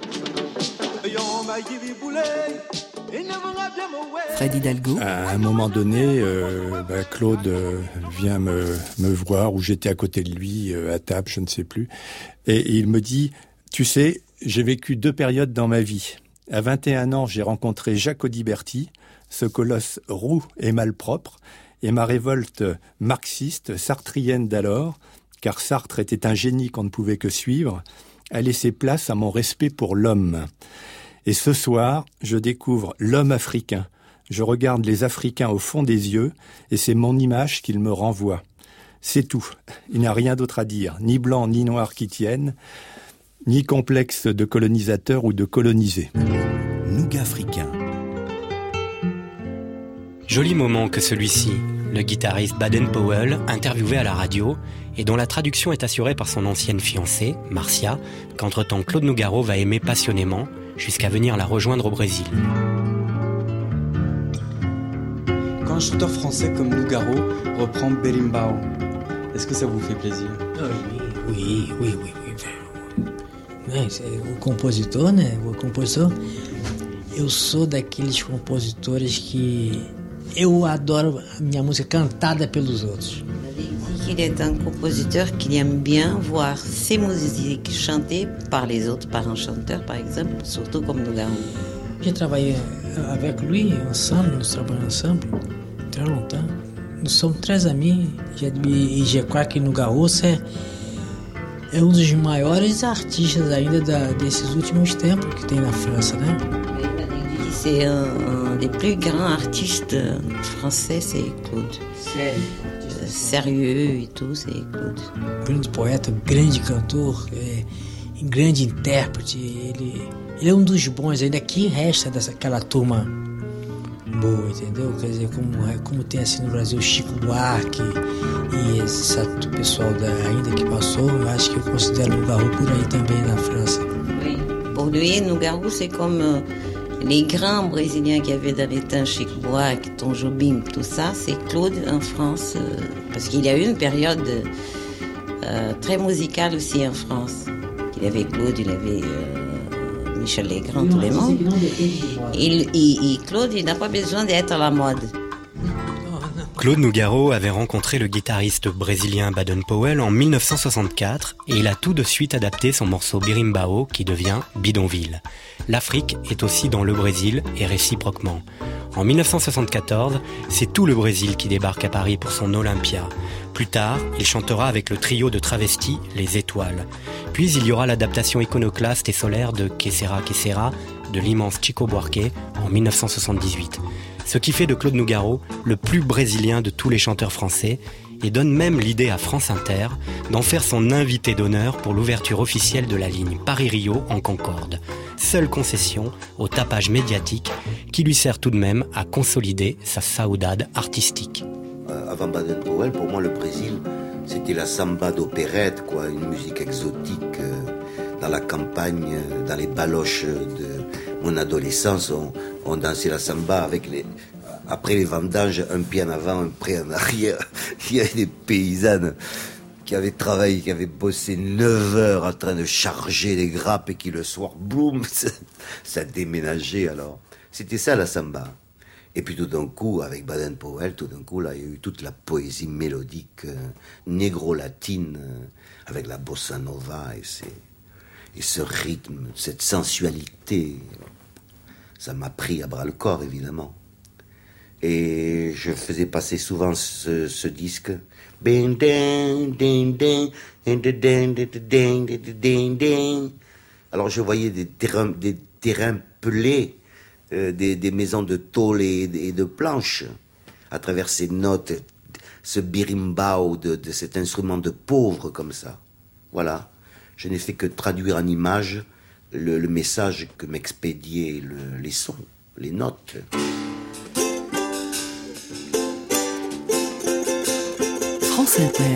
Fred Hidalgo. À un moment donné, euh, bah, Claude euh, vient me, me voir, ou j'étais à côté de lui, euh, à table, je ne sais plus. Et, et il me dit, tu sais, j'ai vécu deux périodes dans ma vie. À vingt et un ans, j'ai rencontré Jacques Audiberti, ce colosse roux et malpropre, et ma révolte marxiste, sartrienne d'alors, car Sartre était un génie qu'on ne pouvait que suivre, a laissé place à mon respect pour l'homme. Et ce soir, je découvre l'homme africain. Je regarde les Africains au fond des yeux, et c'est mon image qu'ils me renvoient. C'est tout. Il n'y a rien d'autre à dire, ni blanc ni noir qui tiennent, ni complexe de colonisateur ou de colonisé. Nougat africain. Joli moment que celui-ci, le guitariste Baden Powell, interviewé à la radio, et dont la traduction est assurée par son ancienne fiancée, Marcia, qu'entre-temps Claude Nougaro va aimer passionnément, jusqu'à venir la rejoindre au Brésil. Quand un chanteur français comme Nougaro reprend Berimbau, est-ce que ça vous fait plaisir? Oui, oui, oui, oui. É, o compositor, né? O compositor, eu sou daqueles compositores que eu adoro a minha música cantada pelos outros. Il est un compositeur qui aime bien voir ses musiques chantées par les autres, par un chanteur par exemple, surtout comme Nougaro. J'ai travaillé avec lui ensemble, nous travaillons ensemble très longtemps. Nous sommes très amis e je crois que Nougaro c'est é um dos maiores artistas ainda da, desses últimos tempos que tem na França, né? C'est un, un des plus grands artistes français, c'est Claude. Sério? Sérieux e tudo, c'est Claude. Grande poeta, grande cantor, é, grande intérprete. Ele, ele é um dos bons ainda que resta daquela turma boa, entendeu? Quer dizer, como, como tem assim no Brasil Chico Buarque e esse pessoal da, ainda que passou, eu acho que eu considero Nougaro por aí também na França. Oui, pour lui, Nougaro c'est comme euh, les grands brésiliens qu'il y avait dans les temps, Chico Buarque, Tom Jobim, tout ça, c'est Claude en France, euh, parce qu'il y a eu une période euh, très musicale aussi en France. Il y avait Claude, il y avait euh, Michel Legrand, tout le monde. Et, et, et Claude, il n'a pas besoin d'être à la mode. Claude Nougaro avait rencontré le guitariste brésilien Baden Powell en mille neuf cent soixante-quatre et il a tout de suite adapté son morceau Berimbau qui devient Bidonville. L'Afrique est aussi dans le Brésil et réciproquement. En mille neuf cent soixante-quatorze, c'est tout le Brésil qui débarque à Paris pour son Olympia. Plus tard, il chantera avec le trio de travestis Les Étoiles. Puis il y aura l'adaptation iconoclaste et solaire de Que Sera, Que Sera de l'immense Chico Buarque en mille neuf cent soixante-dix-huit. Ce qui fait de Claude Nougaro le plus brésilien de tous les chanteurs français et donne même l'idée à France Inter d'en faire son invité d'honneur pour l'ouverture officielle de la ligne Paris-Rio en Concorde. Seule concession au tapage médiatique qui lui sert tout de même à consolider sa saudade artistique. Euh, avant Baden Powell, pour moi le Brésil, c'était la samba d'opérette, quoi, une musique exotique euh, dans la campagne, euh, dans les baloches de mon adolescence, on, on dansait la samba avec les, après les vendanges, un pied en avant, un pied en arrière. Il y avait des paysannes qui avaient travaillé, qui avaient bossé neuf heures en train de charger les grappes et qui le soir, boum, ça, ça déménageait alors. C'était ça la samba. Et puis tout d'un coup, avec Baden Powell, tout d'un coup, là, il y a eu toute la poésie mélodique euh, négro-latine euh, avec la bossa nova et, c'est, et ce rythme, cette sensualité. Ça m'a pris à bras le corps, évidemment. Et je faisais passer souvent ce, ce disque. Alors je voyais des, des, terrain pelé euh, des, des maisons de tôle et, et de planches, à travers ces notes, ce birimbao de, de cet instrument de pauvre comme ça. Voilà. Je n'ai fait que traduire en images le, le message que m'expédiaient le, les sons, les notes. France Inter.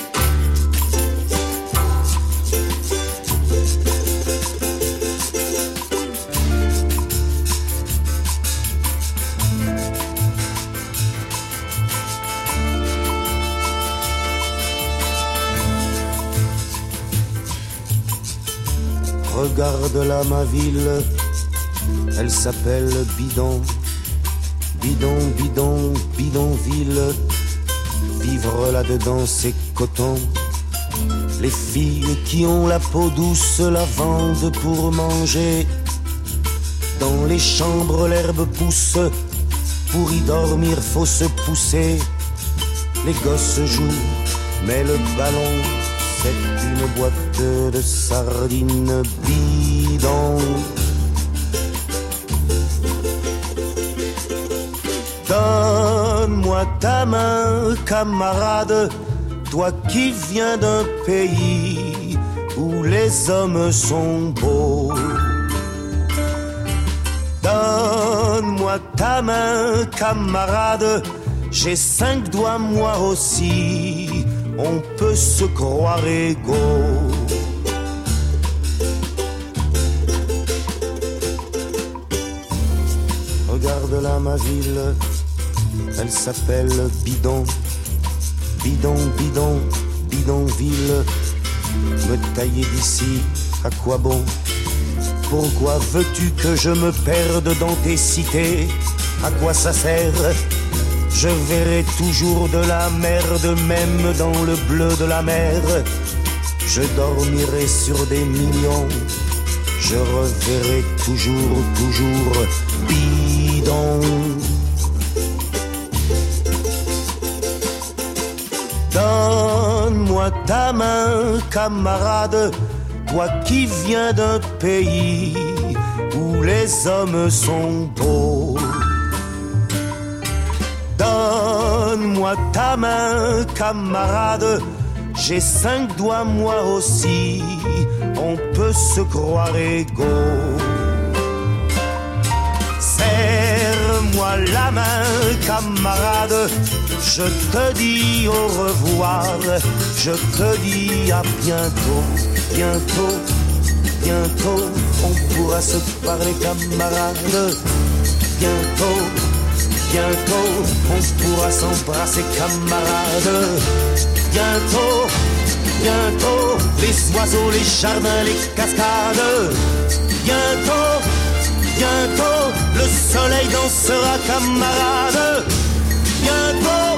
Regarde là ma ville, elle s'appelle Bidon, Bidon, Bidon, Bidonville. Vivre là-dedans c'est coton. Les filles qui ont la peau douce la vendent pour manger. Dans les chambres l'herbe pousse, pour y dormir faut se pousser. Les gosses jouent, mais le ballon c'est une boîte de sardines bidon. Donne-moi ta main, camarade, toi qui viens d'un pays où les hommes sont beaux. Donne-moi ta main, camarade, j'ai cinq doigts moi aussi. On peut se croire égaux. Regarde là ma ville, elle s'appelle Bidon, Bidon, Bidon, Bidonville. Me tailler d'ici, à quoi bon? Pourquoi veux-tu que je me perde dans tes cités? À quoi ça sert? Je verrai toujours de la merde, même dans le bleu de la mer. Je dormirai sur des millions, je reverrai toujours, toujours bidon. Donne-moi ta main, camarade, toi qui viens d'un pays où les hommes sont beaux. Donne-moi ta main, camarade, j'ai cinq doigts moi aussi, on peut se croire égaux. Serre-moi la main, camarade, je te dis au revoir, je te dis à bientôt, bientôt, bientôt, on pourra se parler, camarade, bientôt. Bientôt, on pourra s'embrasser, camarades. Bientôt, bientôt, les oiseaux, les jardins, les cascades. Bientôt, bientôt, le soleil dansera, camarades. Bientôt,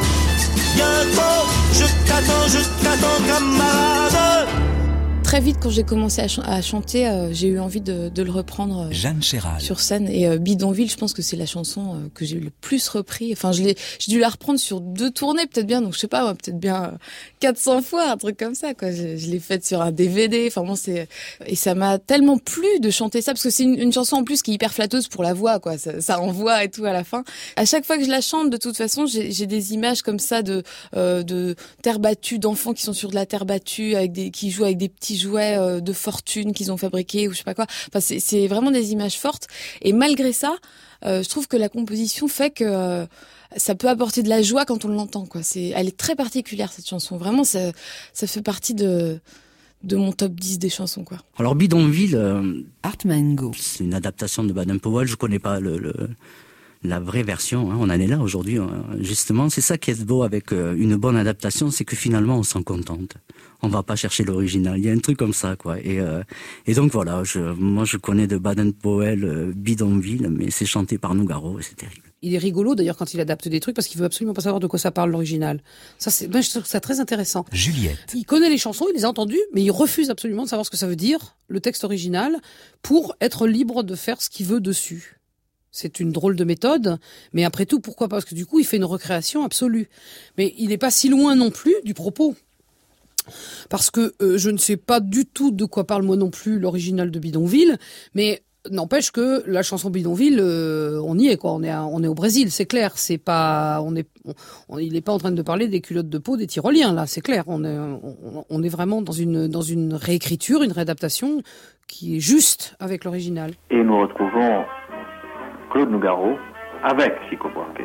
bientôt, je t'attends, je t'attends, camarades. Très vite, quand j'ai commencé à, ch- à chanter, euh, j'ai eu envie de, de le reprendre euh, Jeanne Chéral. sur scène. Et euh, Bidonville, je pense que c'est la chanson euh, que j'ai le plus repris. Enfin, je l'ai, j'ai dû la reprendre sur deux tournées, peut-être bien. Donc, je sais pas, ouais, peut-être bien euh, quatre cents fois, un truc comme ça, quoi. Je, je l'ai faite sur un D V D. Enfin, bon, c'est et ça m'a tellement plu de chanter ça parce que c'est une, une chanson en plus qui est hyper flatteuse pour la voix, quoi. Ça, ça envoie et tout à la fin. À chaque fois que je la chante, de toute façon, j'ai, j'ai des images comme ça de euh, de terre battue, d'enfants qui sont sur de la terre battue, avec des qui jouent avec des petits jouets euh, de fortune qu'ils ont fabriqués ou je sais pas quoi. Enfin, c'est, c'est vraiment des images fortes. Et malgré ça, euh, je trouve que la composition fait que euh, ça peut apporter de la joie quand on l'entend, quoi. C'est, elle est très particulière, cette chanson. Vraiment, ça, ça fait partie de de mon top dix des chansons, quoi. Alors Bidonville, euh, Art Mango, c'est une adaptation de Baden-Powell. Je connais pas le, le la vraie version, hein. On en est là aujourd'hui, hein. Justement, c'est ça qui est beau avec euh, une bonne adaptation, c'est que finalement on s'en contente. On va pas chercher l'original. Il y a un truc comme ça, quoi. Et, euh, et donc voilà, je, moi je connais de Baden-Powell euh, Bidonville, mais c'est chanté par Nougaro et c'est terrible. Il est rigolo d'ailleurs quand il adapte des trucs parce qu'il veut absolument pas savoir de quoi ça parle l'original. Ça c'est, ben, je trouve ça très intéressant. Juliette. Il connaît les chansons, il les a entendues, mais il refuse absolument de savoir ce que ça veut dire, le texte original, pour être libre de faire ce qu'il veut dessus. C'est une drôle de méthode, mais après tout, pourquoi pas? Parce que du coup, il fait une recréation absolue. Mais il n'est pas si loin non plus du propos. Parce que euh, je ne sais pas du tout de quoi parle moi non plus l'original de Bidonville, mais n'empêche que la chanson bidonville, euh, on y est quoi. On est, à, on est au Brésil, c'est clair. C'est pas, on est, on, on, il n'est pas en train de parler des culottes de peau des tyroliens là, c'est clair. On est, on, on est vraiment dans une, dans une réécriture, une réadaptation qui est juste avec l'original. Et nous retrouvons Claude Nougaro avec Chico Buarque.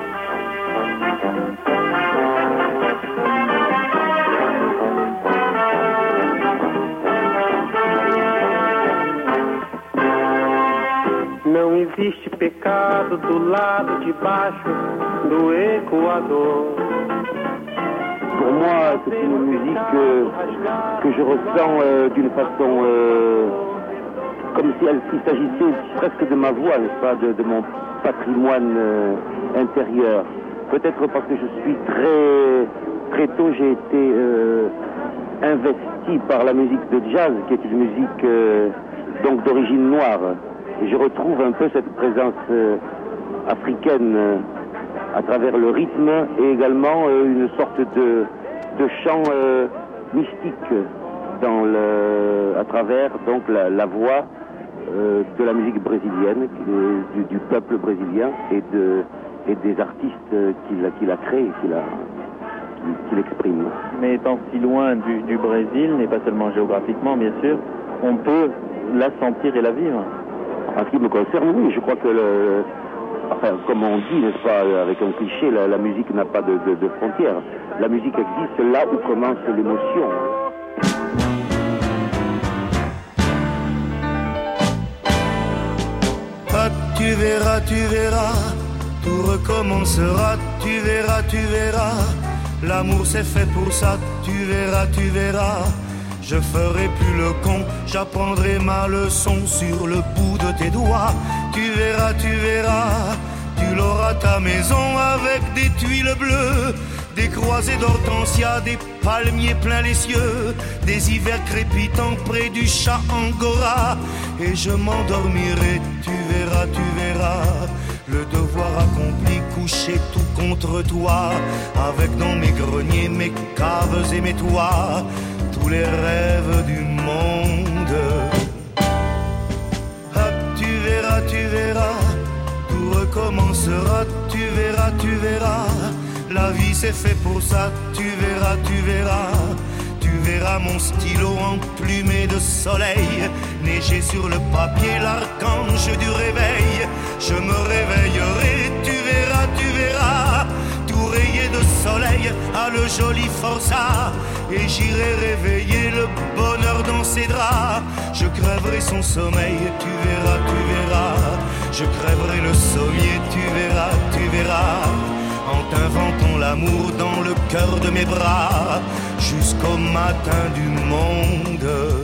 Não existe pecado do lado de baixo do Equador. Pour moi, c'est une musique euh, que je ressens euh, d'une façon euh, comme si elle, il s'agissait presque de ma voix, n'est-ce pas, de, de mon patrimoine euh, intérieur. Peut-être parce que je suis très très tôt, j'ai été euh, investi par la musique de jazz, qui est une musique euh, donc d'origine noire. Et je retrouve un peu cette présence euh, africaine euh, à travers le rythme et également euh, une sorte de, de chant euh, mystique dans le, à travers donc la, la voix euh, de la musique brésilienne, du, du peuple brésilien et, de, et des artistes qu'il a, qu'il a créés, qu'il a, qu'il exprime. Mais étant si loin du, du Brésil, et pas seulement géographiquement bien sûr, on peut la sentir et la vivre. En ce qui me concerne, oui, je crois que, le, enfin, comme on dit, n'est-ce pas, avec un cliché, la, la musique n'a pas de, de, de frontières. La musique existe là où commence l'émotion. Ah, tu verras, tu verras, tout recommencera, tu verras, tu verras. L'amour c'est fait pour ça, tu verras, tu verras. Je ferai plus le con, j'apprendrai ma leçon sur le bout de tes doigts. Tu verras, tu verras, tu l'auras ta maison avec des tuiles bleues, des croisées d'hortensia, des palmiers plein les cieux, des hivers crépitants près du chat Angora. Et je m'endormirai, tu verras, tu verras, le devoir accompli, couché tout contre toi, avec dans mes greniers, mes caves et mes toits, tous les rêves du monde. Ah, tu verras, tu verras, tout recommencera, tu verras, tu verras. La vie c'est fait pour ça, tu verras, tu verras. Tu verras mon stylo emplumé de soleil, neiger sur le papier l'archange du réveil. Je me réveillerai, tu verras, tu verras, tout rayé de soleil à le joli forçat. Et j'irai réveiller le bonheur dans ses draps. Je crèverai son sommeil, tu verras, tu verras. Je crèverai le sommier, tu verras, tu verras. En t'inventant l'amour dans le cœur de mes bras, jusqu'au matin du monde.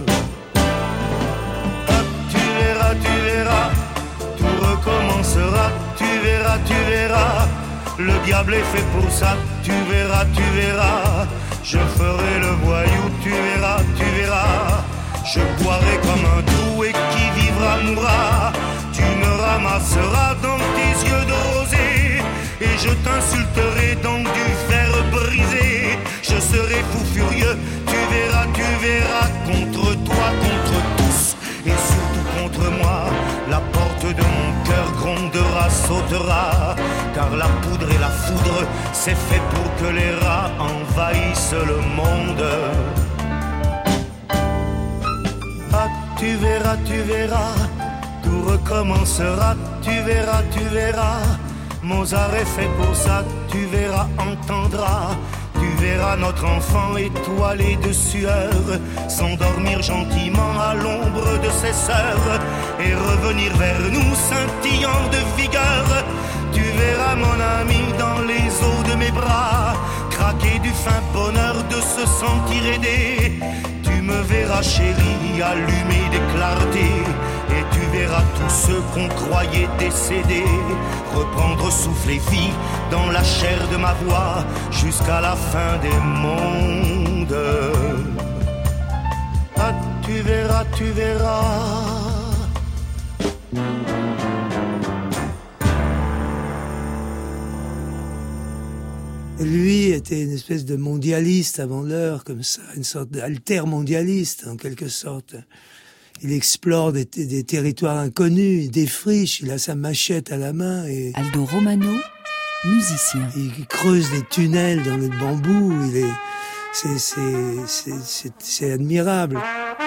Hop, tu verras, tu verras, tout recommencera, tu verras, tu verras. Le diable est fait pour ça, tu verras, tu verras. Je ferai le voyou, tu verras, tu verras. Je boirai comme un trou et qui vivra mourra. Tu me ramasseras dans tes yeux de rosée et je t'insulterai dans du fer brisé. Je serai fou furieux, tu verras, tu verras. Contre toi, contre tous et surtout contre moi. La porte de mon cœur grondera, sautera. Car la poudre et la foudre, c'est fait pour que les rats envahissent le monde. Ah, tu verras, tu verras, tout recommencera, tu verras, tu verras. Mozart est fait pour ça, tu verras, entendras. Tu verras notre enfant étoilé de sueur s'endormir gentiment à l'ombre de ses sœurs et revenir vers nous scintillant de vigueur. Tu verras mon ami dans les eaux de mes bras craquer du fin bonheur de se sentir aidé. Tu me verras chérie allumé des clartés et tu verras tous ceux qu'on croyait décédés reprendre souffle et vie dans la chair de ma voix jusqu'à la fin des mondes. Ah, tu verras, tu verras. Lui était une espèce de mondialiste avant l'heure, comme ça, une sorte d'alter-mondialiste, en quelque sorte. il explore des, des territoires inconnus, il défriche, il a sa machette à la main. Et Aldo Romano, musicien. Il creuse des tunnels dans le bambou, il est, c'est, c'est, c'est, c'est, c'est admirable.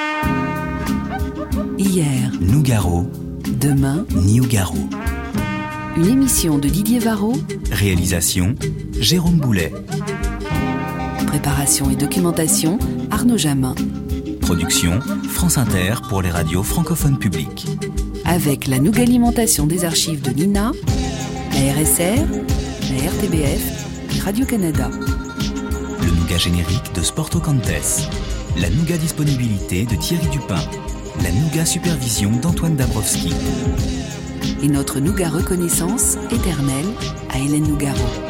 Hier, Nougaro. Demain, Nougaro. Une émission de Didier Varro. Réalisation, Jérôme Boulet. Préparation et documentation, Arnaud Jamin. Production, France Inter pour les radios francophones publiques. Avec la Nougalimentation des archives de l'I N A, la R S R, la R T B F et Radio-Canada. Le Nougat générique de Sporto Cantes. La Nougat disponibilité de Thierry Dupin. La Nougat supervision d'Antoine Dabrowski. Et notre Nougat reconnaissance éternelle à Hélène Nougaro.